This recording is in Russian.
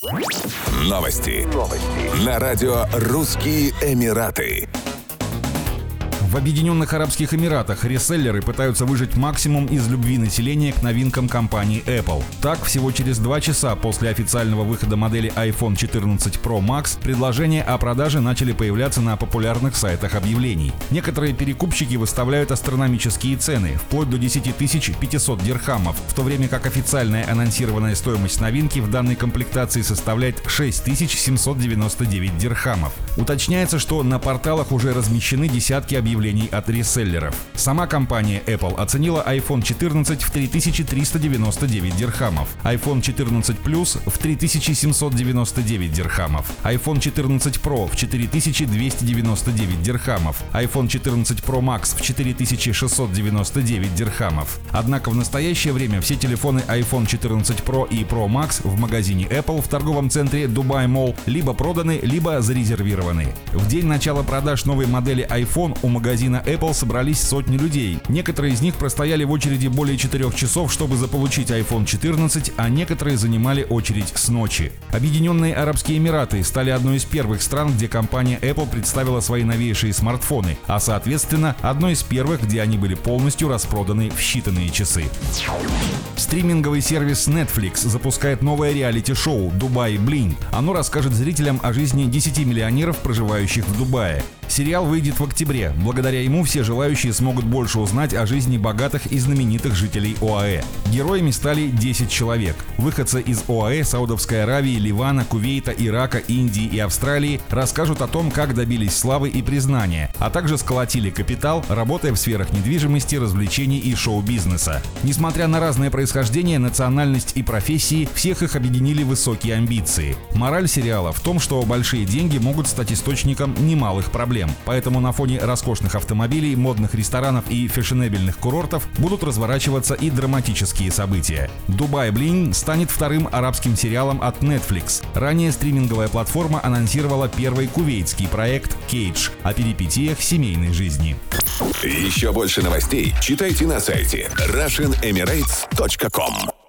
Новости. На радио «Русские Эмираты». В Объединенных Арабских Эмиратах реселлеры пытаются выжать максимум из любви населения к новинкам компании Apple. Так, всего через 2 часа после официального выхода модели iPhone 14 Pro Max предложения о продаже начали появляться на популярных сайтах объявлений. Некоторые перекупщики выставляют астрономические цены, вплоть до 10 500 дирхамов, в то время как официальная анонсированная стоимость новинки в данной комплектации составляет 6799 дирхамов. Уточняется, что на порталах уже размещены десятки объявлений от реселлеров. Сама компания Apple оценила iPhone 14 в 3399 дирхамов, iPhone 14 Plus в 3799 дирхамов, iPhone 14 Pro в 4299 дирхамов, iPhone 14 Pro Max в 4699 дирхамов. Однако в настоящее время все телефоны iPhone 14 Pro и Pro Max в магазине Apple в торговом центре Dubai Mall либо проданы, либо зарезервированы. В день начала продаж новой модели iPhone у магазина Apple собрались сотни людей. Некоторые из них простояли в очереди более 4 часов, чтобы заполучить iPhone 14, а некоторые занимали очередь с ночи. Объединенные Арабские Эмираты стали одной из первых стран, где компания Apple представила свои новейшие смартфоны, а соответственно одной из первых, где они были полностью распроданы в считанные часы. Стриминговый сервис Netflix запускает новое реалити-шоу «Дубай Блинг». Оно расскажет зрителям о жизни 10 миллионеров, проживающих в Дубае. Сериал выйдет в октябре. Благодаря ему все желающие смогут больше узнать о жизни богатых и знаменитых жителей ОАЭ. Героями стали 10 человек. Выходцы из ОАЭ, Саудовской Аравии, Ливана, Кувейта, Ирака, Индии и Австралии расскажут о том, как добились славы и признания, а также сколотили капитал, работая в сферах недвижимости, развлечений и шоу-бизнеса. Несмотря на разное происхождение, национальность и профессии, всех их объединили высокие амбиции. Мораль сериала в том, что большие деньги могут стать источником немалых проблем. Поэтому на фоне роскошных автомобилей, модных ресторанов и фешенебельных курортов будут разворачиваться и драматические события. «Дубай Блинг» станет вторым арабским сериалом от Netflix. Ранее стриминговая платформа анонсировала первый кувейтский проект «Кейдж» о перипетиях семейной жизни. Еще больше новостей читайте на сайте RussianEmirates.com.